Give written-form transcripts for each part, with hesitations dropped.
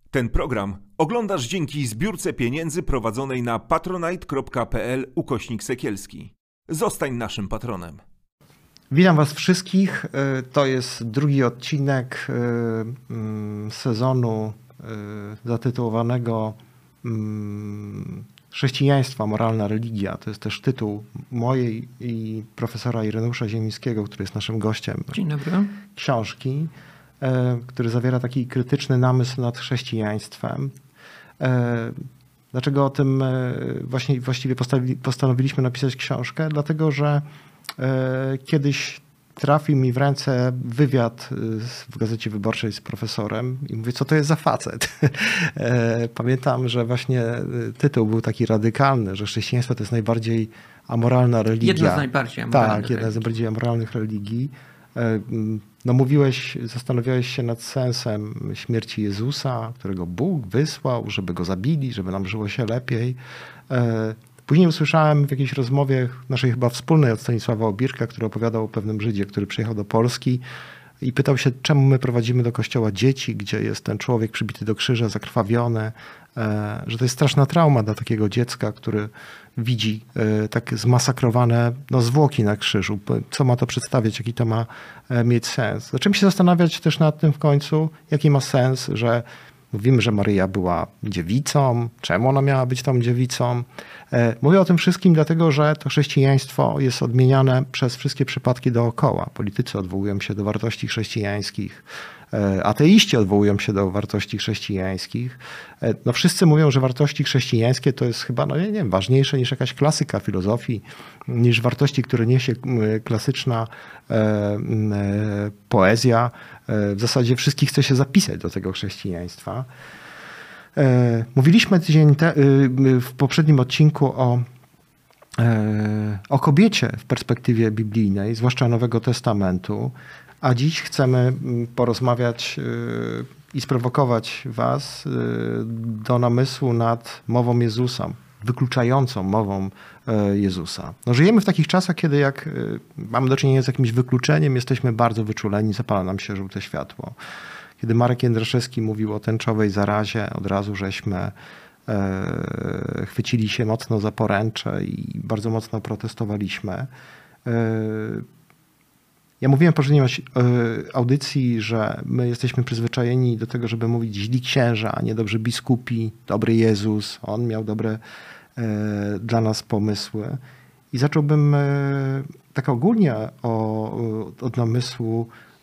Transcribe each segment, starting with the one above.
Ten program oglądasz dzięki zbiórce pieniędzy prowadzonej na patronite.pl/Sekielski. Zostań naszym patronem. Witam Was wszystkich. To jest drugi odcinek sezonu zatytułowanego Chrześcijaństwo, moralna religia. To jest też tytuł mojej i profesora Ireneusza Ziemińskiego, który jest naszym gościem. Dzień dobry. Książki, który zawiera taki krytyczny namysł nad chrześcijaństwem. Dlaczego o tym właściwie postanowiliśmy napisać książkę? Dlatego, że kiedyś trafił mi w ręce wywiad w Gazecie Wyborczej z profesorem i mówię, co to jest za facet? Pamiętam, że właśnie tytuł był taki radykalny, że chrześcijaństwo to jest najbardziej amoralna religia. Jedna z najbardziej amoralnych. Tak, jedna z najbardziej amoralnych religii. No zastanawiałeś się nad sensem śmierci Jezusa, którego Bóg wysłał, żeby go zabili, żeby nam żyło się lepiej. Później usłyszałem w jakiejś rozmowie naszej chyba wspólnej od Stanisława Obirka, który opowiadał o pewnym Żydzie, który przyjechał do Polski i pytał się, czemu my prowadzimy do kościoła dzieci, gdzie jest ten człowiek przybity do krzyża, zakrwawiony, że to jest straszna trauma dla takiego dziecka, który widzi tak zmasakrowane zwłoki na krzyżu. Co ma to przedstawiać, jaki to ma mieć sens? Zaczęliśmy się zastanawiać też nad tym w końcu, jaki ma sens, że mówimy, że Maryja była dziewicą. Czemu ona miała być tą dziewicą? Mówię o tym wszystkim dlatego, że to chrześcijaństwo jest odmieniane przez wszystkie przypadki dookoła. Politycy odwołują się do wartości chrześcijańskich. Ateiści odwołują się do wartości chrześcijańskich. No wszyscy mówią, że wartości chrześcijańskie to jest chyba, nie wiem, ważniejsze niż jakaś klasyka filozofii, niż wartości, które niesie klasyczna poezja. W zasadzie wszystkich chce się zapisać do tego chrześcijaństwa. Mówiliśmy w poprzednim odcinku o kobiecie w perspektywie biblijnej, zwłaszcza Nowego Testamentu, a dziś chcemy porozmawiać i sprowokować Was do namysłu nad mową Jezusa, wykluczającą mową Jezusa. Żyjemy w takich czasach, kiedy jak mamy do czynienia z jakimś wykluczeniem, jesteśmy bardzo wyczuleni, zapala nam się żółte światło. Kiedy Marek Jędraszewski mówił o tęczowej zarazie, od razu żeśmy chwycili się mocno za poręcze i bardzo mocno protestowaliśmy. Ja mówiłem w poprzedniej audycji, że my jesteśmy przyzwyczajeni do tego, żeby mówić źli księża, a nie dobrzy biskupi, dobry Jezus, On miał dobre dla nas pomysły. I zacząłbym tak ogólnie od namysłu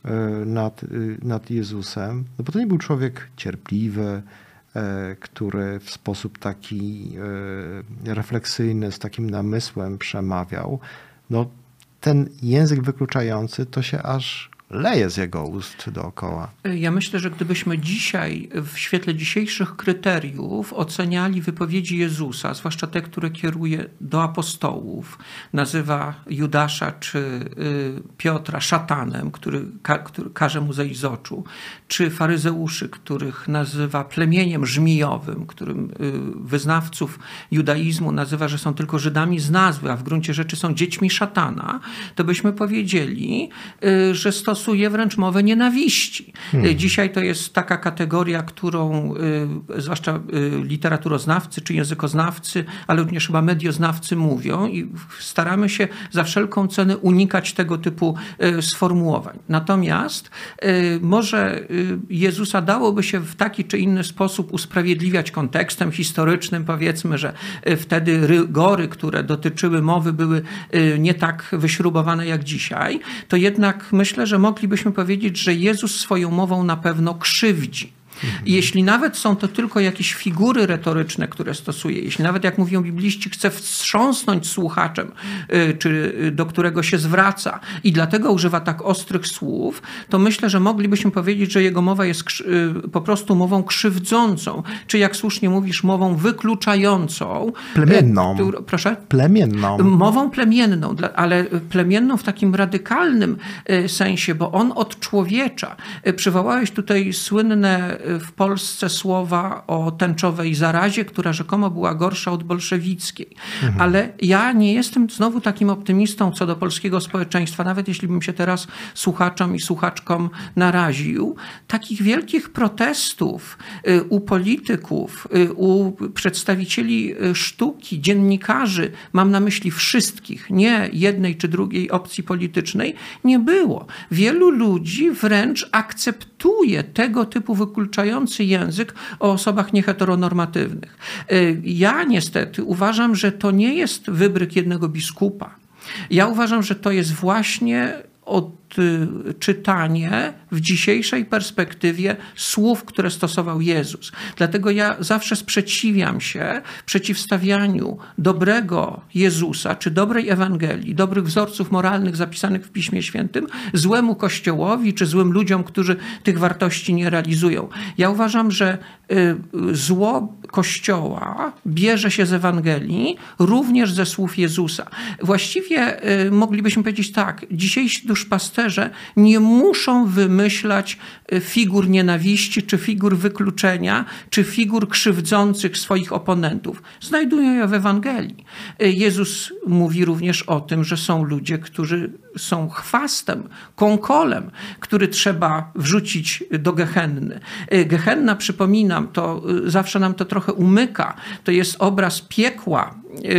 nad Jezusem, bo to nie był człowiek cierpliwy, który w sposób taki refleksyjny, z takim namysłem przemawiał. Ten język wykluczający to się aż leje z jego ust dookoła. Ja myślę, że gdybyśmy dzisiaj w świetle dzisiejszych kryteriów oceniali wypowiedzi Jezusa, zwłaszcza te, które kieruje do apostołów, nazywa Judasza czy Piotra szatanem, który każe mu zejść z oczu, czy faryzeuszy, których nazywa plemieniem żmijowym, którym wyznawców judaizmu nazywa, że są tylko Żydami z nazwy, a w gruncie rzeczy są dziećmi szatana, to byśmy powiedzieli, że stosuje wręcz mowę nienawiści. Dzisiaj to jest taka kategoria, którą zwłaszcza literaturoznawcy czy językoznawcy, ale również chyba medioznawcy mówią i staramy się za wszelką cenę unikać tego typu sformułowań. Natomiast może Jezusa dałoby się w taki czy inny sposób usprawiedliwiać kontekstem historycznym. Powiedzmy, że wtedy rygory, które dotyczyły mowy, były nie tak wyśrubowane jak dzisiaj. To jednak myślę, że moglibyśmy powiedzieć, że Jezus swoją mową na pewno krzywdzi. I jeśli nawet są to tylko jakieś figury retoryczne, które stosuje, jeśli nawet, jak mówią bibliści, chce wstrząsnąć słuchaczem, czy do którego się zwraca i dlatego używa tak ostrych słów, to myślę, że moglibyśmy powiedzieć, że jego mowa jest po prostu mową krzywdzącą, czy jak słusznie mówisz, mową wykluczającą. Plemienną. Proszę? Plemienną. Mową plemienną, ale plemienną w takim radykalnym sensie, bo on odczłowiecza. Przywołałeś tutaj słynne w Polsce słowa o tęczowej zarazie, która rzekomo była gorsza od bolszewickiej. Ale ja nie jestem znowu takim optymistą co do polskiego społeczeństwa, nawet jeśli bym się teraz słuchaczom i słuchaczkom naraził. Takich wielkich protestów u polityków, u przedstawicieli sztuki, dziennikarzy, mam na myśli wszystkich, nie jednej czy drugiej opcji politycznej, nie było. Wielu ludzi wręcz akceptuje tego typu wykluczający język o osobach nieheteronormatywnych. Ja niestety uważam, że to nie jest wybryk jednego biskupa. Ja uważam, że to jest właśnie odczytanie w dzisiejszej perspektywie słów, które stosował Jezus. Dlatego ja zawsze sprzeciwiam się przeciwstawianiu dobrego Jezusa, czy dobrej Ewangelii, dobrych wzorców moralnych zapisanych w Piśmie Świętym, złemu Kościołowi, czy złym ludziom, którzy tych wartości nie realizują. Ja uważam, że zło Kościoła bierze się z Ewangelii, również ze słów Jezusa. Właściwie moglibyśmy powiedzieć tak, dzisiejsi duszpasterze nie muszą wymyślać figur nienawiści, czy figur wykluczenia, czy figur krzywdzących swoich oponentów. Znajdują je w Ewangelii. Jezus mówi również o tym, że są ludzie, którzy są chwastem, konkolem, który trzeba wrzucić do Gehenny. Gehenna, przypominam, to zawsze nam to trochę umyka. To jest obraz piekła,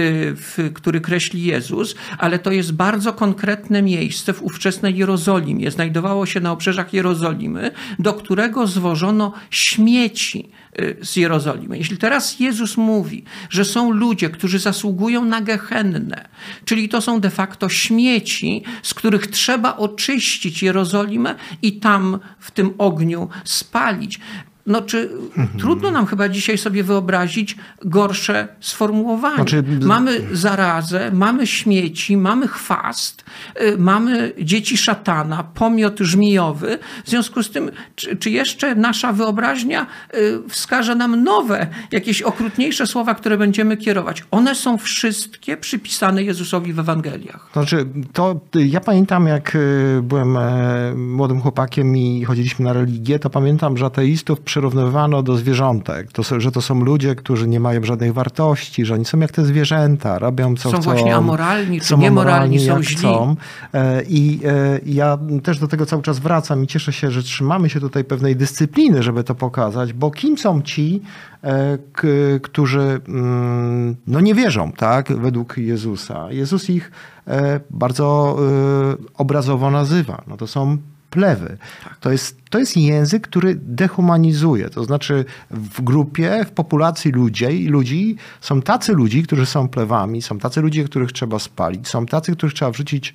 który kreśli Jezus, ale to jest bardzo konkretne miejsce w ówczesnej Jerozolimie. Znajdowało się na obrzeżach Jerozolimy, do którego zwożono śmieci z Jerozolimy. Jeśli teraz Jezus mówi, że są ludzie, którzy zasługują na Gehennę, czyli to są de facto śmieci, z których trzeba oczyścić Jerozolimę i tam w tym ogniu spalić. No czy trudno nam chyba dzisiaj sobie wyobrazić gorsze sformułowanie. Mamy zarazę, mamy śmieci, mamy chwast, mamy dzieci szatana, pomiot żmijowy. W związku z tym, czy jeszcze nasza wyobraźnia wskaże nam nowe, jakieś okrutniejsze słowa, które będziemy kierować? One są wszystkie przypisane Jezusowi w Ewangeliach. Ja pamiętam, jak byłem młodym chłopakiem i chodziliśmy na religię, to pamiętam, że ateistów przyrównywano do zwierzątek, że to są ludzie, którzy nie mają żadnych wartości, że oni są jak te zwierzęta, robią co chcą. Są właśnie amoralni, czy niemoralni, są źli. Chcą. I ja też do tego cały czas wracam i cieszę się, że trzymamy się tutaj pewnej dyscypliny, żeby to pokazać, bo kim są ci, którzy nie wierzą, tak, według Jezusa. Jezus ich bardzo obrazowo nazywa. No to są plewy. Tak. To jest język, który dehumanizuje. To znaczy w grupie, w populacji ludzi są tacy ludzi, którzy są plewami, są tacy ludzie, których trzeba spalić, są tacy, których trzeba wrzucić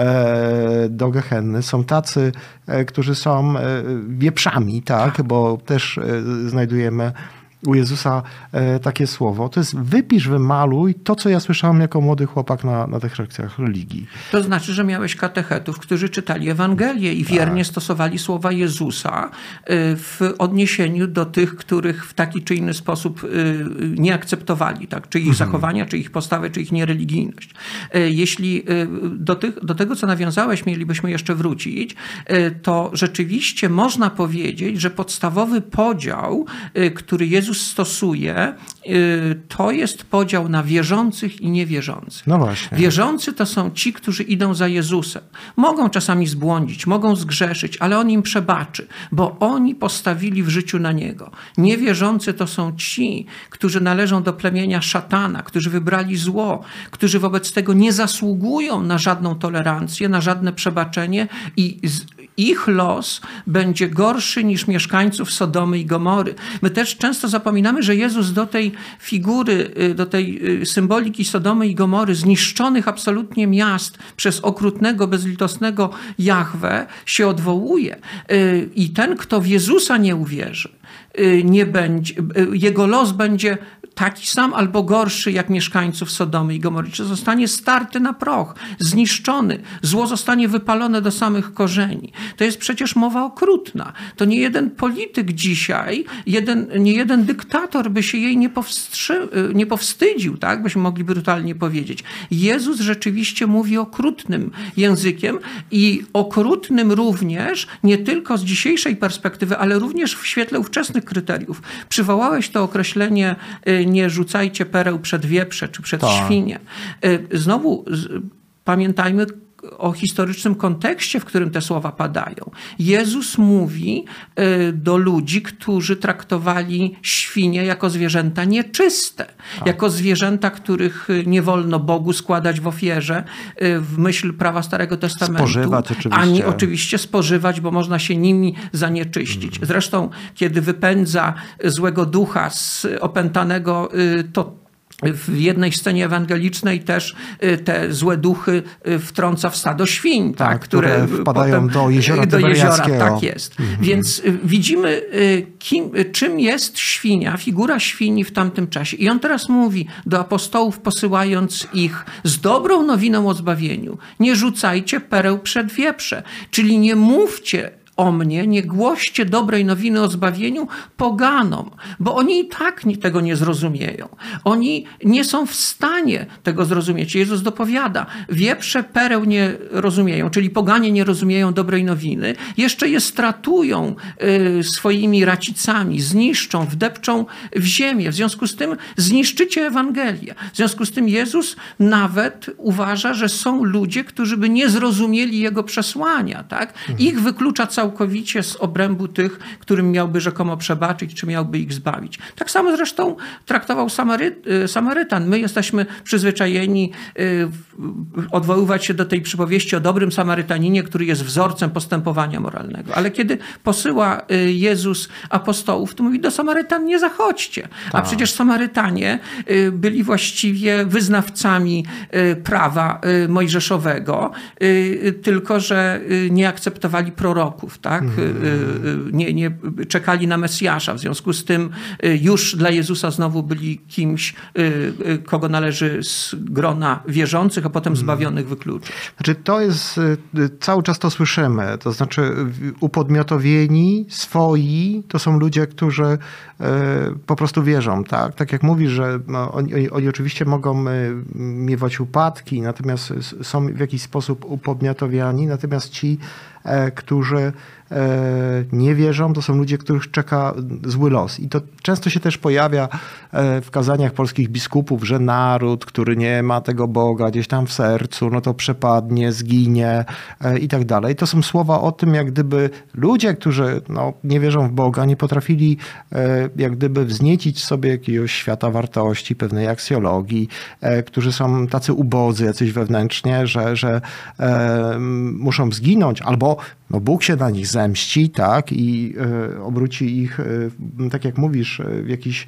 do Gehenny, są tacy, którzy są wieprzami, tak, bo też znajdujemy u Jezusa takie słowo. To jest wypisz, wymaluj to, co ja słyszałem jako młody chłopak na tych lekcjach religii. To znaczy, że miałeś katechetów, którzy czytali Ewangelię i wiernie stosowali słowa Jezusa w odniesieniu do tych, których w taki czy inny sposób nie akceptowali, tak? Czy ich zachowania, czy ich postawy, czy ich niereligijność. Jeśli do tego, co nawiązałeś, mielibyśmy jeszcze wrócić, to rzeczywiście można powiedzieć, że podstawowy podział, który Jezus stosuje, to jest podział na wierzących i niewierzących. No właśnie. Wierzący to są ci, którzy idą za Jezusem. Mogą czasami zbłądzić, mogą zgrzeszyć, ale On im przebaczy, bo oni postawili w życiu na Niego. Niewierzący to są ci, którzy należą do plemienia szatana, którzy wybrali zło, którzy wobec tego nie zasługują na żadną tolerancję, na żadne przebaczenie i ich los będzie gorszy niż mieszkańców Sodomy i Gomory. My też często zapominamy, że Jezus do tej figury, do tej symboliki Sodomy i Gomory, zniszczonych absolutnie miast przez okrutnego, bezlitosnego Jahwe się odwołuje. I ten, kto w Jezusa nie uwierzy, nie będzie, jego los będzie taki sam albo gorszy jak mieszkańców Sodomy i Gomory, czy zostanie starty na proch, zniszczony, zło zostanie wypalone do samych korzeni. To jest przecież mowa okrutna. To nie jeden polityk dzisiaj, nie jeden dyktator by się jej nie powstydził, tak? Byśmy mogli brutalnie powiedzieć. Jezus rzeczywiście mówi okrutnym językiem i okrutnym również nie tylko z dzisiejszej perspektywy, ale również w świetle ówczesnych kryteriów. Przywołałeś to określenie nie rzucajcie pereł przed wieprze czy przed świnie. Znowu pamiętajmy o historycznym kontekście, w którym te słowa padają. Jezus mówi do ludzi, którzy traktowali świnie jako zwierzęta nieczyste, jako zwierzęta, których nie wolno Bogu składać w ofierze w myśl prawa Starego Testamentu. Spożywać oczywiście. Ani oczywiście spożywać, bo można się nimi zanieczyścić. Zresztą, kiedy wypędza złego ducha z opętanego, to w jednej scenie ewangelicznej też te złe duchy wtrąca w stado świń, tak, które wpadają do jeziora Tyberiackiego. Tak jest. Więc widzimy, czym jest świnia, figura świni w tamtym czasie. I on teraz mówi do apostołów, posyłając ich z dobrą nowiną o zbawieniu: nie rzucajcie pereł przed wieprze, czyli nie mówcie o mnie, nie głoście dobrej nowiny o zbawieniu poganom, bo oni i tak tego nie zrozumieją. Oni nie są w stanie tego zrozumieć. Jezus dopowiada, wieprze pereł nie rozumieją, czyli poganie nie rozumieją dobrej nowiny, jeszcze je stratują swoimi racicami, zniszczą, wdepczą w ziemię. W związku z tym zniszczycie Ewangelię. W związku z tym Jezus nawet uważa, że są ludzie, którzy by nie zrozumieli Jego przesłania. Tak? Ich wyklucza całkowicie z obrębu tych, którym miałby rzekomo przebaczyć, czy miałby ich zbawić. Tak samo zresztą traktował Samarytan. My jesteśmy przyzwyczajeni odwoływać się do tej przypowieści o dobrym Samarytaninie, który jest wzorcem postępowania moralnego. Ale kiedy posyła Jezus apostołów, to mówi, do Samarytan nie zachodźcie. A przecież Samarytanie byli właściwie wyznawcami prawa mojżeszowego, tylko że nie akceptowali proroków. Tak? Nie czekali na Mesjasza. W związku z tym już dla Jezusa znowu byli kimś, kogo należy z grona wierzących, a potem zbawionych wykluczyć. Znaczy to jest, cały czas to słyszymy, to znaczy upodmiotowieni, swoi, to są ludzie, którzy po prostu wierzą. Tak jak mówisz, że oni oczywiście mogą miewać upadki, natomiast są w jakiś sposób upodmiotowiani, natomiast ci, którzy nie wierzą, to są ludzie, których czeka zły los. I to często się też pojawia w kazaniach polskich biskupów, że naród, który nie ma tego Boga gdzieś tam w sercu, no to przepadnie, zginie i tak dalej. To są słowa o tym, jak gdyby ludzie, którzy nie wierzą w Boga, nie potrafili jak gdyby wzniecić sobie jakiegoś świata wartości, pewnej aksjologii, którzy są tacy ubodzy jacyś wewnętrznie, że muszą zginąć, albo Bóg się na nich zemści, tak, i obróci ich, tak jak mówisz, w jakiś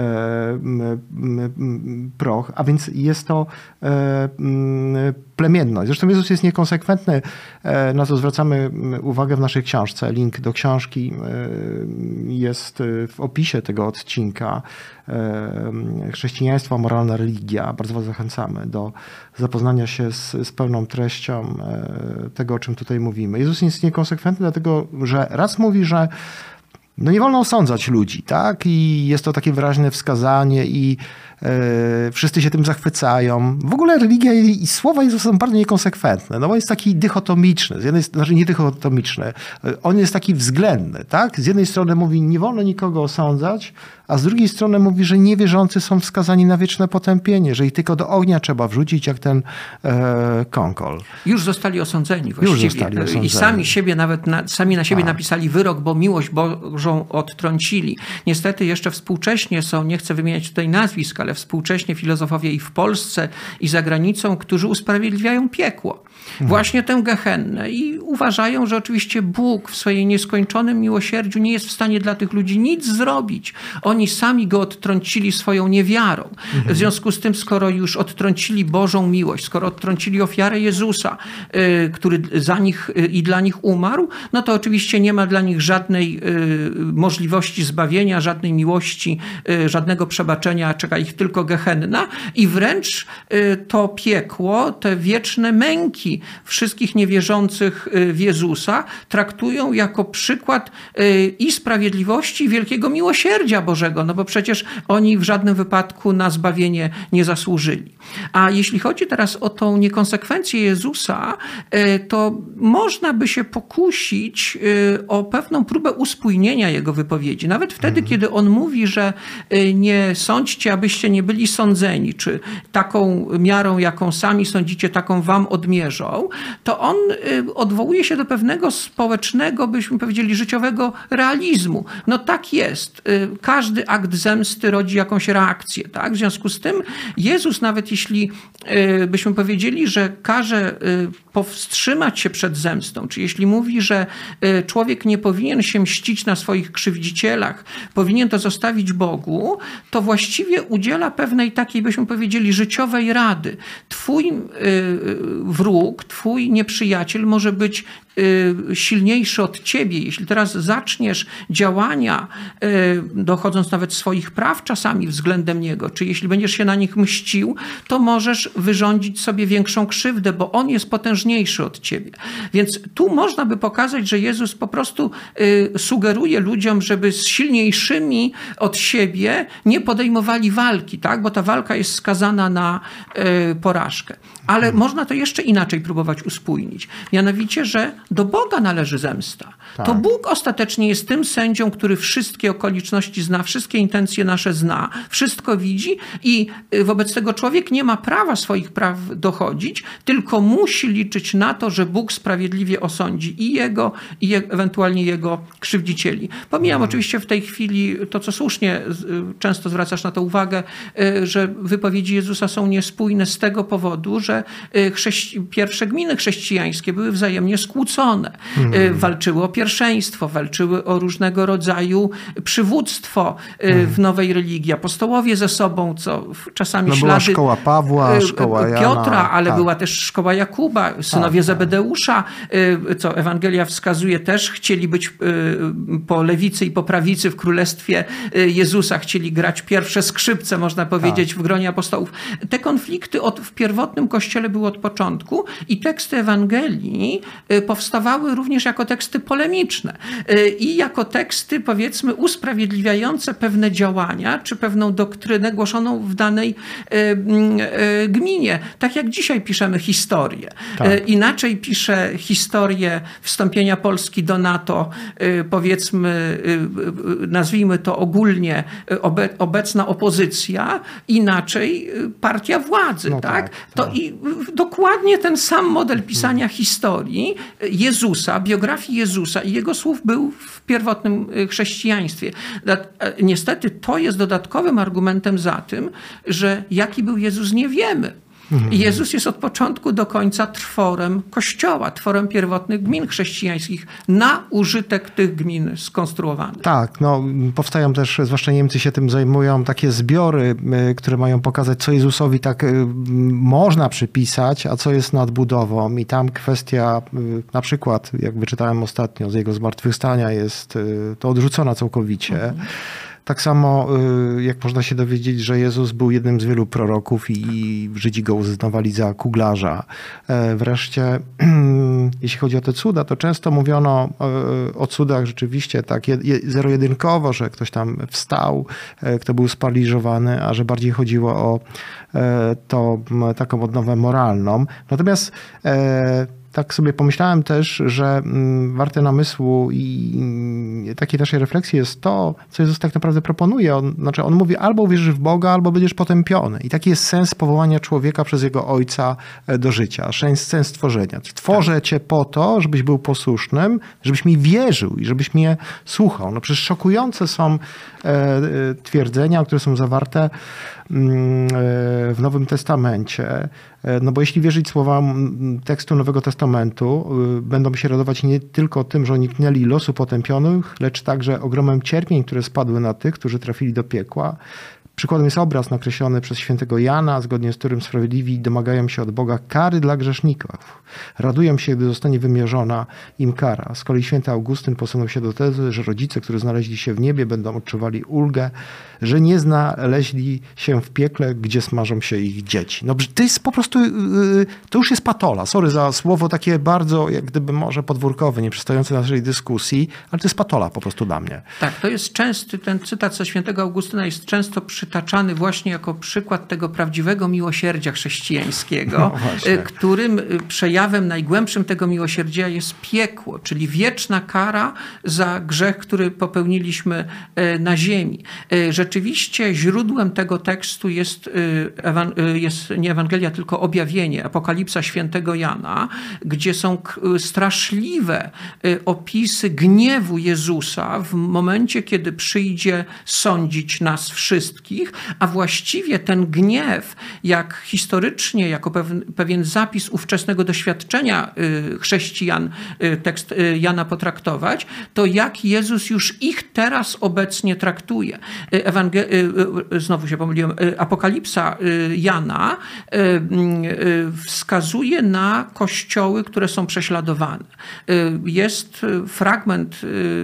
proch. A więc jest to plemienność. Zresztą Jezus jest niekonsekwentny, na co zwracamy uwagę w naszej książce. Link do książki jest w opisie tego odcinka. Chrześcijaństwo, moralna religia. Bardzo was zachęcamy do zapoznania się z pełną treścią tego, o czym tutaj mówimy. Jezus jest niekonsekwentny, dlatego że raz mówi, że nie wolno osądzać ludzi, tak? I jest to takie wyraźne wskazanie i wszyscy się tym zachwycają. W ogóle religia i słowa Jezusa są bardzo niekonsekwentne, bo jest taki dychotomiczny, znaczy nie dychotomiczny, on jest taki względny, tak? Z jednej strony mówi, nie wolno nikogo osądzać, a z drugiej strony mówi, że niewierzący są wskazani na wieczne potępienie, że ich tylko do ognia trzeba wrzucić, jak ten konkol. Już zostali osądzeni właściwie. I sami na siebie napisali wyrok, bo miłość Bożą odtrącili. Niestety jeszcze współcześnie są, nie chcę wymieniać tutaj nazwisk, ale współcześnie filozofowie i w Polsce, i za granicą, którzy usprawiedliwiają piekło. Właśnie tę gehennę i uważają, że oczywiście Bóg w swojej nieskończonym miłosierdziu nie jest w stanie dla tych ludzi nic zrobić. Oni sami go odtrącili swoją niewiarą. W związku z tym, skoro już odtrącili Bożą miłość, skoro odtrącili ofiarę Jezusa, który za nich i dla nich umarł, no to oczywiście nie ma dla nich żadnej możliwości zbawienia, żadnej miłości, żadnego przebaczenia, czeka ich tylko gehenna i wręcz to piekło, te wieczne męki wszystkich niewierzących w Jezusa traktują jako przykład i sprawiedliwości, i wielkiego miłosierdzia Bożego, no bo przecież oni w żadnym wypadku na zbawienie nie zasłużyli. A jeśli chodzi teraz o tą niekonsekwencję Jezusa, to można by się pokusić o pewną próbę uspójnienia jego wypowiedzi. Nawet wtedy, kiedy on mówi, że nie sądźcie, abyście nie byli sądzeni, czy taką miarą, jaką sami sądzicie, taką wam odmierzą, to on odwołuje się do pewnego społecznego, byśmy powiedzieli, życiowego realizmu. No tak jest. Każdy akt zemsty rodzi jakąś reakcję. Tak? W związku z tym Jezus, nawet jeśli byśmy powiedzieli, że każe powstrzymać się przed zemstą, czy jeśli mówi, że człowiek nie powinien się mścić na swoich krzywdzicielach, powinien to zostawić Bogu, to właściwie udziela pewnej takiej, byśmy powiedzieli, życiowej rady. Twój wróg, twój nieprzyjaciel może być silniejszy od ciebie. Jeśli teraz zaczniesz działania, dochodząc nawet swoich praw czasami względem niego, czy jeśli będziesz się na nich mścił, to możesz wyrządzić sobie większą krzywdę, bo on jest potężniejszy od ciebie. Więc tu można by pokazać, że Jezus po prostu sugeruje ludziom, żeby z silniejszymi od siebie nie podejmowali walki, tak? Bo ta walka jest skazana na porażkę. Ale można to jeszcze inaczej próbować uspójnić. Mianowicie, że do Boga należy zemsta. Tak. To Bóg ostatecznie jest tym sędzią, który wszystkie okoliczności zna, wszystkie intencje nasze zna, wszystko widzi i wobec tego człowiek nie ma prawa swoich praw dochodzić, tylko musi liczyć na to, że Bóg sprawiedliwie osądzi i jego, i ewentualnie jego krzywdzicieli. Pomijam oczywiście w tej chwili to, co słusznie często zwracasz na to uwagę, że wypowiedzi Jezusa są niespójne z tego powodu, że pierwsze gminy chrześcijańskie były wzajemnie skłócone. Walczyły o pierwszeństwo, walczyły o różnego rodzaju przywództwo w nowej religii. Apostołowie ze sobą, co czasami no ślady... Była szkoła Pawła, szkoła Piotra, Jana, ale tak. była też szkoła Jakuba, synowie Zebedeusza, co Ewangelia wskazuje, też chcieli być po lewicy i po prawicy w królestwie Jezusa, chcieli grać pierwsze skrzypce, można powiedzieć, w gronie apostołów. Te konflikty w pierwotnym Kościele były od początku i teksty Ewangelii powstawały również jako teksty polemiczne i jako teksty, powiedzmy, usprawiedliwiające pewne działania, czy pewną doktrynę głoszoną w danej gminie. Tak jak dzisiaj piszemy historię. Tak. Inaczej pisze historię wstąpienia Polski do NATO, powiedzmy, nazwijmy to ogólnie obecna opozycja, inaczej partia władzy. No tak? To i dokładnie ten sam model pisania historii Jezusa, biografii Jezusa i jego słów był w pierwotnym chrześcijaństwie. Niestety to jest dodatkowym argumentem za tym, że jaki był Jezus, nie wiemy. I Jezus jest od początku do końca tworem Kościoła, tworem pierwotnych gmin chrześcijańskich, na użytek tych gmin skonstruowanych. Tak, no powstają też, zwłaszcza Niemcy się tym zajmują, takie zbiory, które mają pokazać, co Jezusowi tak można przypisać, a co jest nadbudową. I tam kwestia, na przykład, jak wyczytałem ostatnio, z jego zmartwychwstania jest to odrzucona całkowicie. Tak samo jak można się dowiedzieć, że Jezus był jednym z wielu proroków i Żydzi go uznawali za kuglarza. Wreszcie, jeśli chodzi o te cuda, to często mówiono o cudach rzeczywiście tak zero-jedynkowo, że ktoś tam wstał, kto był sparaliżowany, a że bardziej chodziło o taką odnowę moralną. Natomiast tak sobie pomyślałem też, że warte namysłu i takiej naszej refleksji jest to, co Jezus tak naprawdę proponuje. On mówi, albo uwierzysz w Boga, albo będziesz potępiony. I taki jest sens powołania człowieka przez jego Ojca do życia. Sens stworzenia. Tworzę cię po to, żebyś był posłusznym, żebyś mi wierzył i żebyś mnie słuchał. No przecież szokujące są twierdzenia, które są zawarte w Nowym Testamencie. No bo jeśli wierzyć słowom tekstu Nowego Testamentu, będą się radować nie tylko tym, że uniknęli losu potępionych, lecz także ogromem cierpień, które spadły na tych, którzy trafili do piekła. Przykładem jest obraz nakreślony przez świętego Jana, zgodnie z którym sprawiedliwi domagają się od Boga kary dla grzeszników. Radują się, gdy zostanie wymierzona im kara. Z kolei święty Augustyn posunął się do tezy, że rodzice, którzy znaleźli się w niebie, będą odczuwali ulgę, że nie znaleźli się w piekle, gdzie smażą się ich dzieci. No to jest po prostu, to już jest patola. Sorry za słowo takie bardzo, jak gdyby może podwórkowe, nie przystające do naszej dyskusji, ale to jest patola po prostu dla mnie. Tak, to jest częsty, ten cytat ze świętego Augustyna jest często przytaczany właśnie jako przykład tego prawdziwego miłosierdzia chrześcijańskiego, No którym przejawem najgłębszym tego miłosierdzia jest piekło, czyli wieczna kara za grzech, który popełniliśmy na ziemi. Rzeczywiście źródłem tego tekstu jest nie Ewangelia, tylko objawienie, Apokalipsa świętego Jana, gdzie są straszliwe opisy gniewu Jezusa w momencie, kiedy przyjdzie sądzić nas wszystkich, a właściwie ten gniew, jak historycznie, jako pewien zapis ówczesnego doświadczenia chrześcijan tekst Jana potraktować, to jak Jezus już ich teraz obecnie traktuje. Znowu się pomyliłem. Apokalipsa Jana wskazuje na kościoły, które są prześladowane. Jest fragment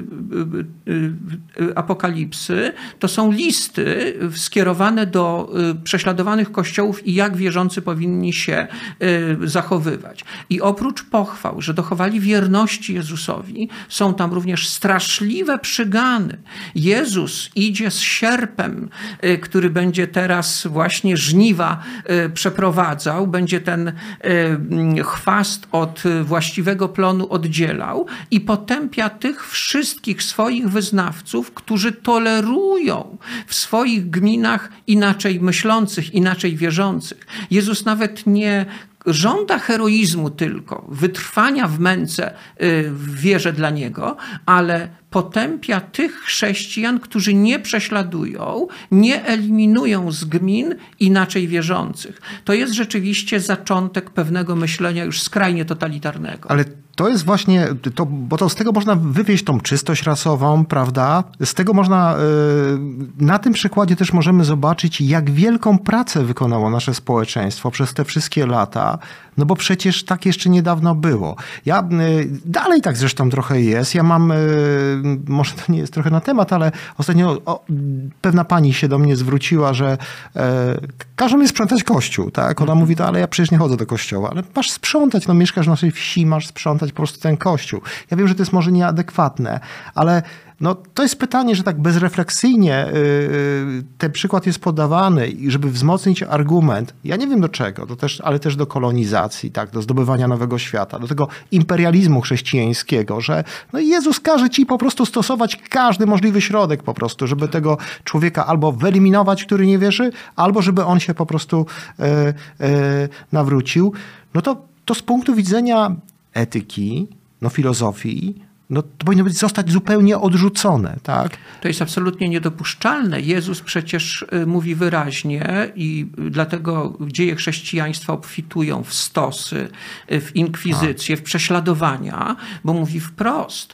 Apokalipsy, to są listy skierowane do prześladowanych kościołów i jak wierzący powinni się zachowywać. I oprócz pochwał, że dochowali wierności Jezusowi, są tam również straszliwe przygany. Jezus idzie z sierpem, który będzie teraz właśnie żniwa przeprowadzał, będzie ten chwast od właściwego plonu oddzielał i potępia tych wszystkich swoich wyznawców, którzy tolerują w swoich gminach inaczej myślących, inaczej wierzących. Jezus nawet nie żąda heroizmu tylko, wytrwania w męce w wierze dla Niego, ale potępia tych chrześcijan, którzy nie prześladują, nie eliminują z gmin inaczej wierzących. To jest rzeczywiście zaczątek pewnego myślenia już skrajnie totalitarnego. Ale to jest właśnie, bo to z tego można wywieźć tą czystość rasową, prawda? Z tego można, na tym przykładzie też możemy zobaczyć, jak wielką pracę wykonało nasze społeczeństwo przez te wszystkie lata, no bo przecież tak jeszcze niedawno było. Ja dalej tak zresztą trochę jest. Ja mam, może to nie jest trochę na temat, ale ostatnio pewna pani się do mnie zwróciła, że każą mi sprzątać kościół, tak? Ona mówi, to ale ja przecież nie chodzę do kościoła, ale masz sprzątać, no mieszkasz w naszej wsi, masz sprzątać po prostu ten kościół. Ja wiem, że to jest może nieadekwatne, ale no, to jest pytanie, że tak bezrefleksyjnie ten przykład jest podawany i żeby wzmocnić argument, ja nie wiem do czego, ale też do kolonizacji, tak, do zdobywania nowego świata, do tego imperializmu chrześcijańskiego, że no Jezus każe ci po prostu stosować każdy możliwy środek po prostu, żeby tego człowieka albo wyeliminować, który nie wierzy, albo żeby on się po prostu nawrócił. No to z punktu widzenia etyki, no filozofii, no to powinno zostać zupełnie odrzucone, tak? To jest absolutnie niedopuszczalne. Jezus przecież mówi wyraźnie i dlatego dzieje chrześcijaństwa obfitują w stosy, w inkwizycję, w prześladowania, bo mówi wprost,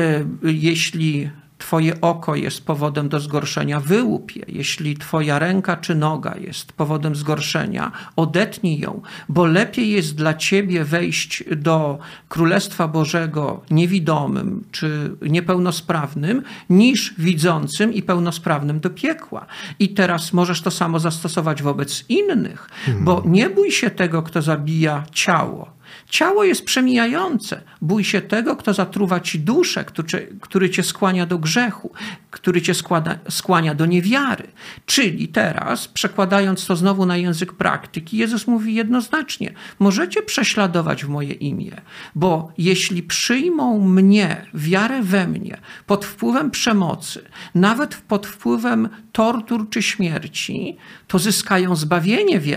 jeśli twoje oko jest powodem do zgorszenia, wyłup je. Jeśli twoja ręka czy noga jest powodem zgorszenia, odetnij ją, bo lepiej jest dla ciebie wejść do Królestwa Bożego niewidomym czy niepełnosprawnym, niż widzącym i pełnosprawnym do piekła. I teraz możesz to samo zastosować wobec innych, bo nie bój się tego, kto zabija ciało. Ciało jest przemijające. Bój się tego, kto zatruwa ci duszę, który cię skłania do grzechu, który cię skłania do niewiary. Czyli teraz, przekładając to znowu na język praktyki, Jezus mówi jednoznacznie, możecie prześladować w moje imię, bo jeśli przyjmą mnie, wiarę we mnie, pod wpływem przemocy, nawet pod wpływem tortur czy śmierci, to zyskają zbawienie wieczne.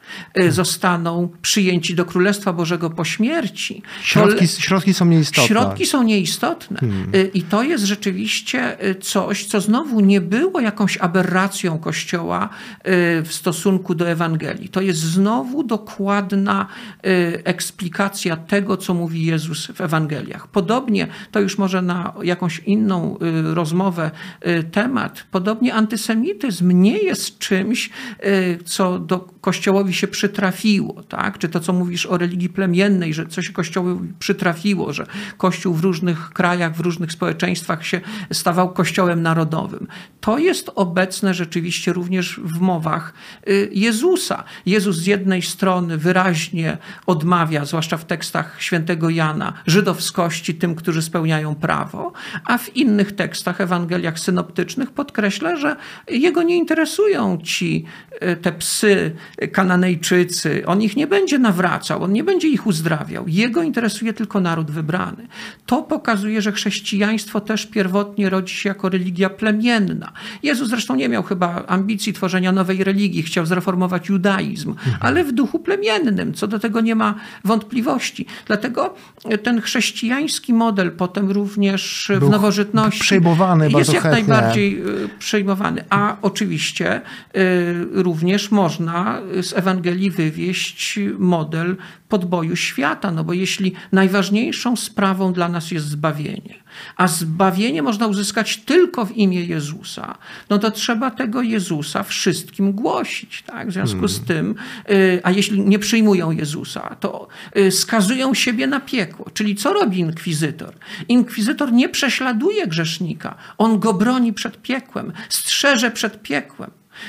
zostaną przyjęci do Królestwa Bożego po śmierci. Środki są nieistotne. Środki są nieistotne. I to jest rzeczywiście coś, co znowu nie było jakąś aberracją Kościoła w stosunku do Ewangelii. To jest znowu dokładna eksplikacja tego, co mówi Jezus w Ewangeliach. Podobnie, to już może na jakąś inną rozmowę temat, podobnie antysemityzm nie jest czymś, co do Kościołowi się przytrafiło, tak? Czy to, co mówisz o religii plemiennej, że co się Kościołowi przytrafiło, że Kościół w różnych krajach, w różnych społeczeństwach się stawał kościołem narodowym. To jest obecne rzeczywiście również w mowach Jezusa. Jezus z jednej strony wyraźnie odmawia, zwłaszcza w tekstach świętego Jana, żydowskości tym, którzy spełniają prawo, a w innych tekstach, Ewangeliach synoptycznych podkreśla, że jego nie interesują te psy, Kananejczycy. On ich nie będzie nawracał, on nie będzie ich uzdrawiał. Jego interesuje tylko naród wybrany. To pokazuje, że chrześcijaństwo też pierwotnie rodzi się jako religia plemienna. Jezus zresztą nie miał chyba ambicji tworzenia nowej religii, chciał zreformować judaizm, ale w duchu plemiennym. Co do tego nie ma wątpliwości. Dlatego ten chrześcijański model potem również w nowożytności przejmowany jest jak najbardziej przejmowany. A oczywiście również można z Ewangelii wywieść model podboju świata, no bo jeśli najważniejszą sprawą dla nas jest zbawienie, a zbawienie można uzyskać tylko w imię Jezusa, no to trzeba tego Jezusa wszystkim głosić. Tak? W związku z tym, a jeśli nie przyjmują Jezusa, to skazują siebie na piekło. Czyli co robi inkwizytor? Inkwizytor nie prześladuje grzesznika, on go broni przed piekłem, strzeże przed piekłem.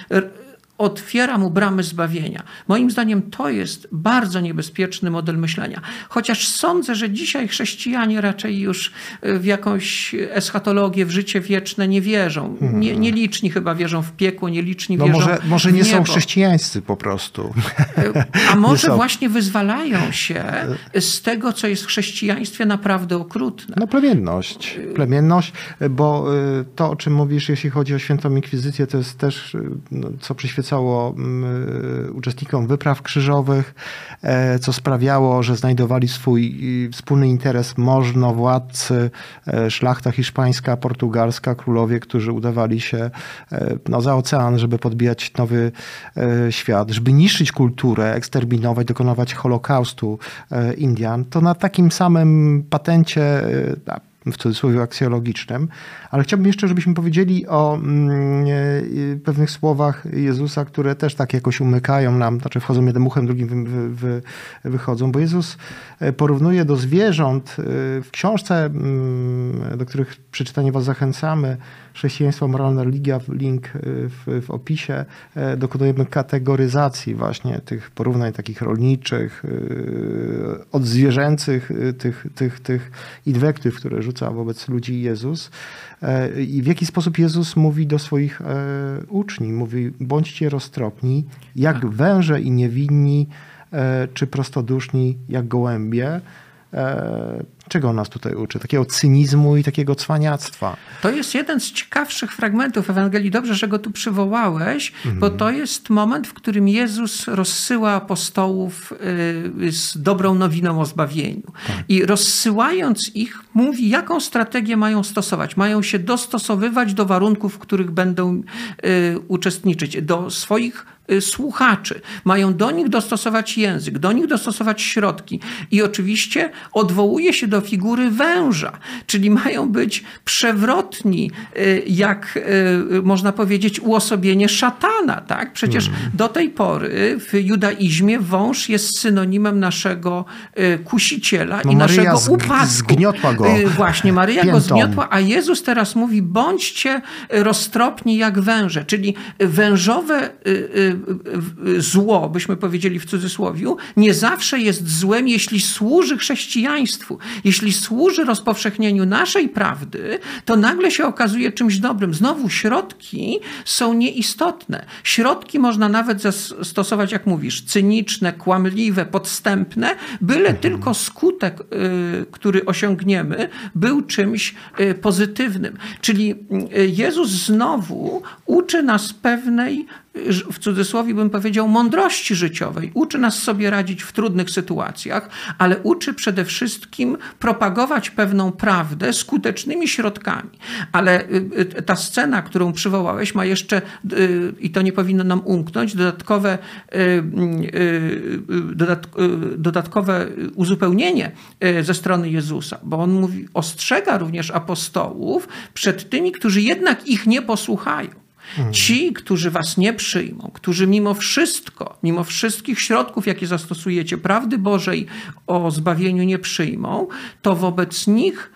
Otwiera mu bramy zbawienia. Moim zdaniem to jest bardzo niebezpieczny model myślenia. Chociaż sądzę, że dzisiaj chrześcijanie raczej już w jakąś eschatologię, w życie wieczne nie wierzą. Nieliczni chyba wierzą w piekło, nieliczni wierzą może w nie niebo. są chrześcijańscy po prostu. A może właśnie wyzwalają się z tego, co jest w chrześcijaństwie naprawdę okrutne. No plemienność, bo to, o czym mówisz, jeśli chodzi o świętą inkwizycję, to jest też, co przyświecało uczestnikom wypraw krzyżowych, co sprawiało, że znajdowali swój wspólny interes możnowładcy, szlachta hiszpańska, portugalska, królowie, którzy udawali się za ocean, żeby podbijać nowy świat, żeby niszczyć kulturę, eksterminować, dokonywać Holokaustu Indian. To na takim samym patencie, w cudzysłowie aksjologicznym, ale chciałbym jeszcze, żebyśmy powiedzieli o pewnych słowach Jezusa, które też tak jakoś umykają nam, znaczy wchodzą jednym uchem, drugim wychodzą, bo Jezus porównuje do zwierząt w książce, do których przeczytania was zachęcamy, Chrześcijaństwo, moralna religia, link w opisie, dokonujemy kategoryzacji właśnie tych porównań takich rolniczych, odzwierzęcych, tych inwektyw, które rzuca wobec ludzi Jezus. I w jaki sposób Jezus mówi do swoich uczniów. Mówi, bądźcie roztropni, jak węże i niewinni, czy prostoduszni, jak gołębie. Czego on nas tutaj uczy? Takiego cynizmu i takiego cwaniactwa. To jest jeden z ciekawszych fragmentów Ewangelii. Dobrze, że go tu przywołałeś, bo to jest moment, w którym Jezus rozsyła apostołów z dobrą nowiną o zbawieniu. Tak. I rozsyłając ich, mówi, jaką strategię mają stosować. Mają się dostosowywać do warunków, w których będą uczestniczyć, do swoich słuchaczy. Mają do nich dostosować język, do nich dostosować środki. I oczywiście odwołuje się do figury węża, czyli mają być przewrotni, jak można powiedzieć, uosobienie szatana. Tak? Przecież do tej pory w judaizmie wąż jest synonimem naszego kusiciela i naszego upadku. Zgniotła go. Właśnie, Maryja piętą. Go zgniotła, a Jezus teraz mówi, bądźcie roztropni jak węże, czyli wężowe zło, byśmy powiedzieli w cudzysłowiu, nie zawsze jest złem, jeśli służy chrześcijaństwu. Jeśli służy rozpowszechnieniu naszej prawdy, to nagle się okazuje czymś dobrym. Znowu środki są nieistotne. Środki można nawet zastosować, jak mówisz, cyniczne, kłamliwe, podstępne, byle tylko skutek, który osiągniemy, był czymś pozytywnym. Czyli Jezus znowu uczy nas pewnej w cudzysłowie bym powiedział, mądrości życiowej. Uczy nas sobie radzić w trudnych sytuacjach, ale uczy przede wszystkim propagować pewną prawdę skutecznymi środkami. Ale ta scena, którą przywołałeś, ma jeszcze, i to nie powinno nam umknąć, dodatkowe uzupełnienie ze strony Jezusa, bo on mówi, ostrzega również apostołów przed tymi, którzy jednak ich nie posłuchają. Ci, którzy was nie przyjmą, którzy mimo wszystko, mimo wszystkich środków, jakie zastosujecie, prawdy Bożej o zbawieniu nie przyjmą, to wobec nich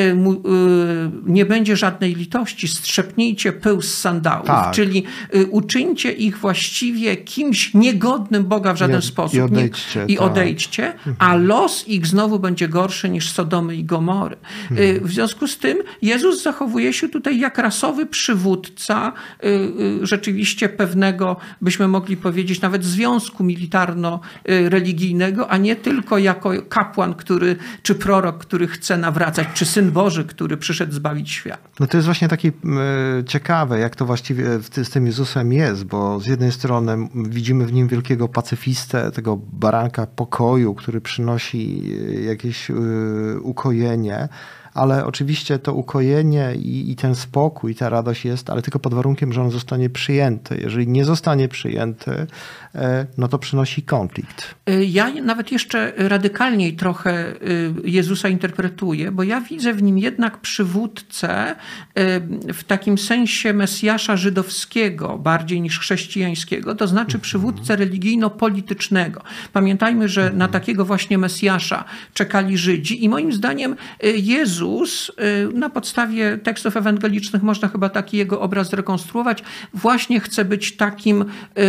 nie będzie żadnej litości. Strzepnijcie pył z sandałów, czyli uczyńcie ich właściwie kimś niegodnym Boga w żaden sposób. I odejdźcie, a los ich znowu będzie gorszy niż Sodomy i Gomory. W związku z tym Jezus zachowuje się tutaj jak rasowy przywódca rzeczywiście pewnego, byśmy mogli powiedzieć, nawet związku militarno-religijnego, a nie tylko jako kapłan, czy prorok, który chce nawracać, czy Syn Boży, który przyszedł zbawić świat. No to jest właśnie takie ciekawe, jak to właściwie z tym Jezusem jest, bo z jednej strony widzimy w nim wielkiego pacyfistę, tego baranka pokoju, który przynosi jakieś ukojenie, ale oczywiście to ukojenie i ten spokój, i ta radość jest, ale tylko pod warunkiem, że on zostanie przyjęty. Jeżeli nie zostanie przyjęty, no to przynosi konflikt. Ja nawet jeszcze radykalniej trochę Jezusa interpretuję, bo ja widzę w nim jednak przywódcę w takim sensie Mesjasza żydowskiego bardziej niż chrześcijańskiego, to znaczy przywódcę religijno-politycznego. Pamiętajmy, że na takiego właśnie Mesjasza czekali Żydzi i moim zdaniem Jezus na podstawie tekstów ewangelicznych można chyba taki jego obraz zrekonstruować, właśnie chce być takim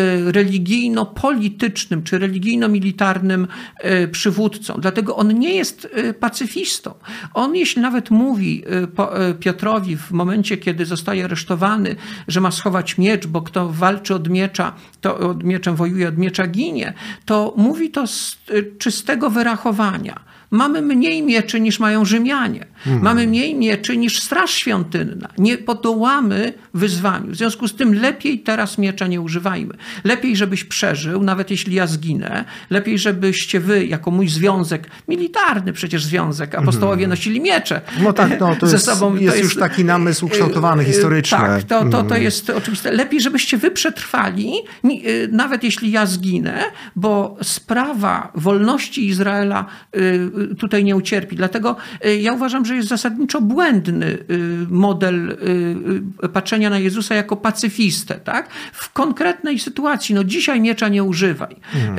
religijno-politycznym czy religijno-militarnym przywódcą. Dlatego on nie jest pacyfistą. On, jeśli nawet mówi Piotrowi w momencie, kiedy zostaje aresztowany, że ma schować miecz, bo kto walczy od miecza, to mieczem wojuje, od miecza ginie, to mówi to z czystego wyrachowania. Mamy mniej mieczy niż mają Rzymianie. Mamy mniej mieczy niż Straż Świątynna. Nie podołamy wyzwaniu. W związku z tym lepiej teraz miecza nie używajmy. Lepiej, żebyś przeżył, nawet jeśli ja zginę. Lepiej, żebyście wy, jako mój związek, militarny przecież związek, apostołowie nosili miecze. No tak, no, to ze jest, sobą. jest już taki namysł ukształtowany, historyczny. Tak, to jest oczywiste. Lepiej, żebyście wy przetrwali, nawet jeśli ja zginę, bo sprawa wolności Izraela tutaj nie ucierpi. Dlatego ja uważam, że jest zasadniczo błędny model patrzenia na Jezusa jako pacyfistę. Tak? W konkretnej sytuacji, no dzisiaj miecza nie używaj.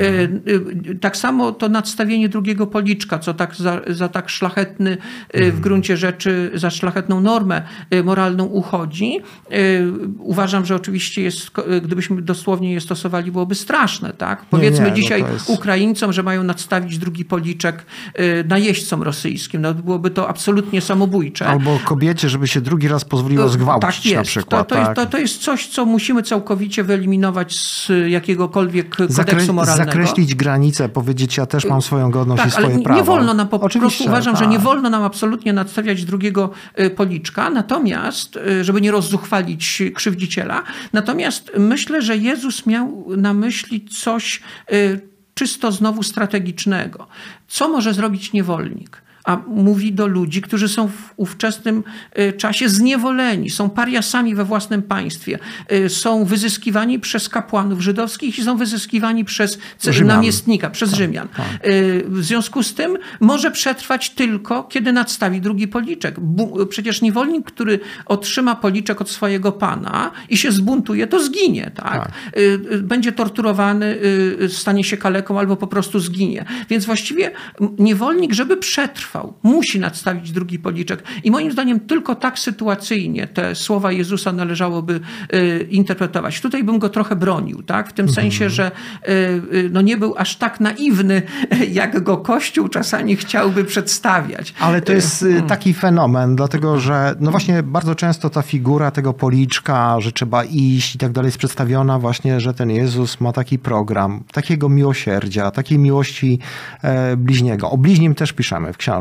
Tak samo to nadstawienie drugiego policzka, co tak za tak szlachetny w gruncie rzeczy, za szlachetną normę moralną uchodzi. Uważam, że oczywiście jest, gdybyśmy dosłownie je stosowali, byłoby straszne. Tak? Powiedzmy dzisiaj Ukraińcom, że mają nadstawić drugi policzek najeźdźcom rosyjskim. No, byłoby to absolutnie samobójcze. Albo kobiecie, żeby się drugi raz pozwoliło zgwałcić, tak jest. Na przykład. To jest coś, co musimy całkowicie wyeliminować z jakiegokolwiek kodeksu moralnego. Zakreślić granice, powiedzieć, ja też mam swoją godność i swoje ale prawo. Nie wolno nam po prostu, uważam, że nie wolno nam absolutnie nadstawiać drugiego policzka, natomiast, żeby nie rozzuchwalić krzywdziciela. Natomiast myślę, że Jezus miał na myśli coś czysto znowu strategicznego. Co może zrobić niewolnik? A mówi do ludzi, którzy są w ówczesnym czasie zniewoleni, są pariasami we własnym państwie, są wyzyskiwani przez kapłanów żydowskich i są wyzyskiwani przez namiestnika, przez Rzymian. W związku z tym może przetrwać tylko, kiedy nadstawi drugi policzek. Przecież niewolnik, który otrzyma policzek od swojego pana i się zbuntuje, to zginie. Tak? Będzie torturowany, stanie się kaleką albo po prostu zginie. Więc właściwie niewolnik, żeby przetrwał, musi nadstawić drugi policzek. I moim zdaniem tylko tak sytuacyjnie te słowa Jezusa należałoby interpretować. Tutaj bym go trochę bronił, tak? W tym sensie, że no nie był aż tak naiwny, jak go Kościół czasami chciałby przedstawiać. Ale to jest taki fenomen, dlatego że no właśnie bardzo często ta figura tego policzka, że trzeba iść i tak dalej jest przedstawiona właśnie, że ten Jezus ma taki program, takiego miłosierdzia, takiej miłości bliźniego. O bliźnim też piszemy w książce.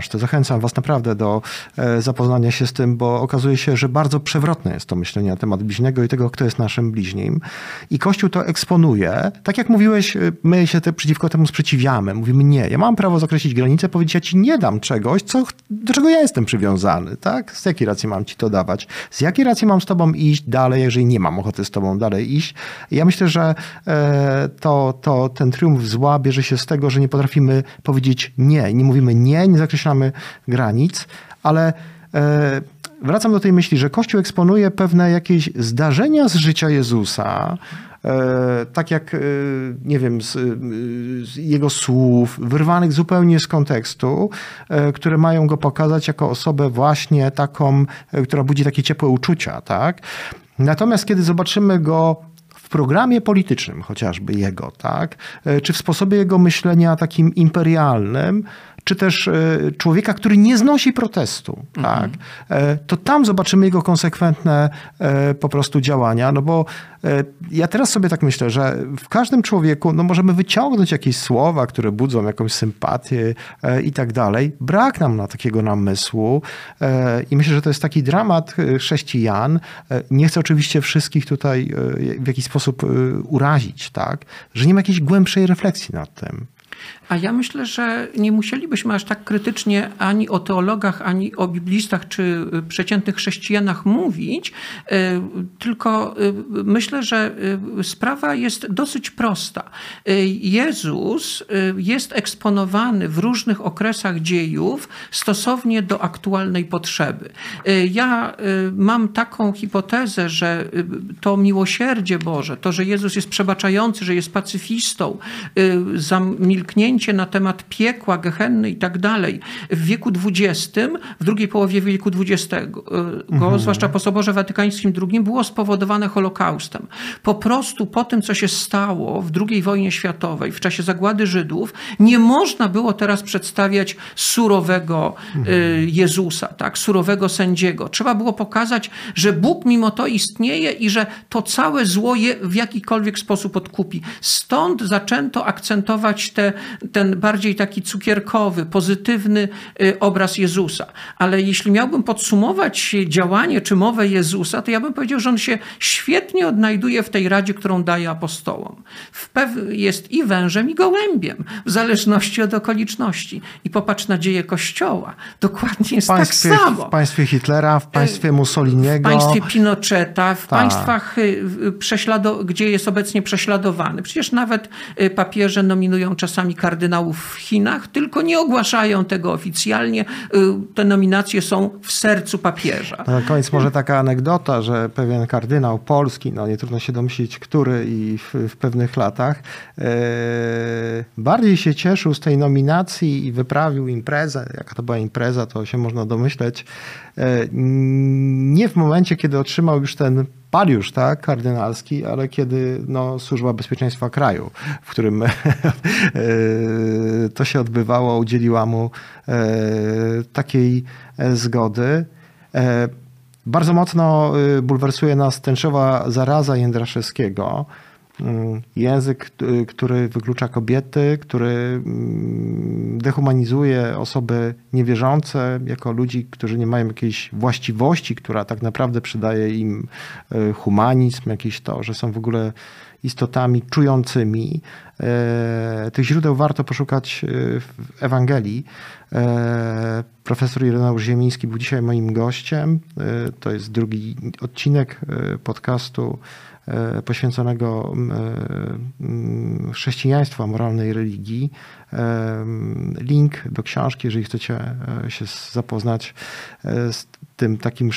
książce. Zachęcam was naprawdę do zapoznania się z tym, bo okazuje się, że bardzo przewrotne jest to myślenie na temat bliźniego i tego, kto jest naszym bliźnim. I Kościół to eksponuje. Tak jak mówiłeś, my się przeciwko temu sprzeciwiamy. Mówimy nie, ja mam prawo zakreślić granice, powiedzieć, ja ci nie dam czegoś, do czego ja jestem przywiązany. Tak? Z jakiej racji mam ci to dawać? Z jakiej racji mam z tobą iść dalej, jeżeli nie mam ochoty z tobą dalej iść? I ja myślę, że ten triumf zła bierze się z tego, że nie potrafimy powiedzieć nie. Nie mówimy nie zakreślamy granic, ale wracam do tej myśli, że Kościół eksponuje pewne jakieś zdarzenia z życia Jezusa, tak jak, nie wiem, z jego słów, wyrwanych zupełnie z kontekstu, które mają go pokazać jako osobę właśnie taką, która budzi takie ciepłe uczucia, tak? Natomiast kiedy zobaczymy go w programie politycznym chociażby jego, tak? Czy w sposobie jego myślenia takim imperialnym, czy też człowieka, który nie znosi protestu, tak? To tam zobaczymy jego konsekwentne po prostu działania, no bo ja teraz sobie tak myślę, że w każdym człowieku no możemy wyciągnąć jakieś słowa, które budzą jakąś sympatię i tak dalej. Brak nam na takiego namysłu i myślę, że to jest taki dramat chrześcijan. Nie chcę oczywiście wszystkich tutaj w jakiś sposób urazić, tak? Że nie ma jakiejś głębszej refleksji nad tym. A ja myślę, że nie musielibyśmy aż tak krytycznie ani o teologach, ani o biblistach, czy przeciętnych chrześcijanach mówić, tylko myślę, że sprawa jest dosyć prosta. Jezus jest eksponowany w różnych okresach dziejów stosownie do aktualnej potrzeby. Ja mam taką hipotezę, że to miłosierdzie Boże, to, że Jezus jest przebaczający, że jest pacyfistą, zamilknięcie na temat piekła, gehenny i tak dalej w wieku XX, w drugiej połowie wieku XX, zwłaszcza po Soborze Watykańskim II, było spowodowane Holokaustem. Po prostu po tym, co się stało w II wojnie światowej, w czasie zagłady Żydów, nie można było teraz przedstawiać surowego Jezusa, tak? Surowego sędziego. Trzeba było pokazać, że Bóg mimo to istnieje i że to całe zło je w jakikolwiek sposób odkupi. Stąd zaczęto akcentować ten bardziej taki cukierkowy, pozytywny obraz Jezusa. Ale jeśli miałbym podsumować działanie czy mowę Jezusa, to ja bym powiedział, że on się świetnie odnajduje w tej radzie, którą daje apostołom. Jest i wężem, i gołębiem, w zależności od okoliczności. I popatrz na dzieje Kościoła. Dokładnie jest tak samo. W państwie Hitlera, w państwie Mussoliniego. W państwie Pinocheta, w państwach, gdzie jest obecnie prześladowany. Przecież nawet papieże nominują czasami kardynałów w Chinach, tylko nie ogłaszają tego oficjalnie. Te nominacje są w sercu papieża. Na koniec może taka anegdota, że pewien kardynał polski, no nie trudno się domyślić, który i w pewnych latach, bardziej się cieszył z tej nominacji i wyprawił imprezę. Jaka to była impreza, to się można domyśleć. Nie w momencie, kiedy otrzymał już ten paliusz, tak, kardynalski, ale kiedy Służba Bezpieczeństwa Kraju, w którym to się odbywało, udzieliła mu takiej zgody. Bardzo mocno bulwersuje nas tęczowa zaraza Jędraszewskiego. Język, który wyklucza kobiety, który dehumanizuje osoby niewierzące jako ludzi, którzy nie mają jakiejś właściwości, która tak naprawdę przydaje im humanizm, jakieś to, że są w ogóle istotami czującymi. Tych źródeł warto poszukać w Ewangelii. Profesor Ireneusz Ziemiński był dzisiaj moim gościem. To jest drugi odcinek podcastu poświęconego chrześcijaństwu, a moralnej religii. Link do książki, jeżeli chcecie się zapoznać z tym takim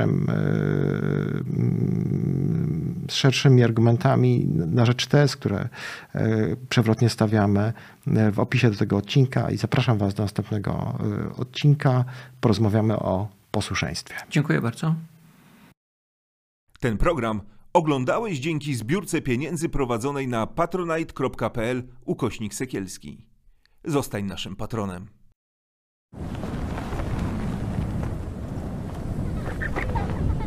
szerszymi argumentami na rzecz tez, które przewrotnie stawiamy, w opisie do tego odcinka i zapraszam was do następnego odcinka. Porozmawiamy o posłuszeństwie. Dziękuję bardzo. Ten program oglądałeś dzięki zbiórce pieniędzy prowadzonej na patronite.pl/Sekielski. Zostań naszym patronem.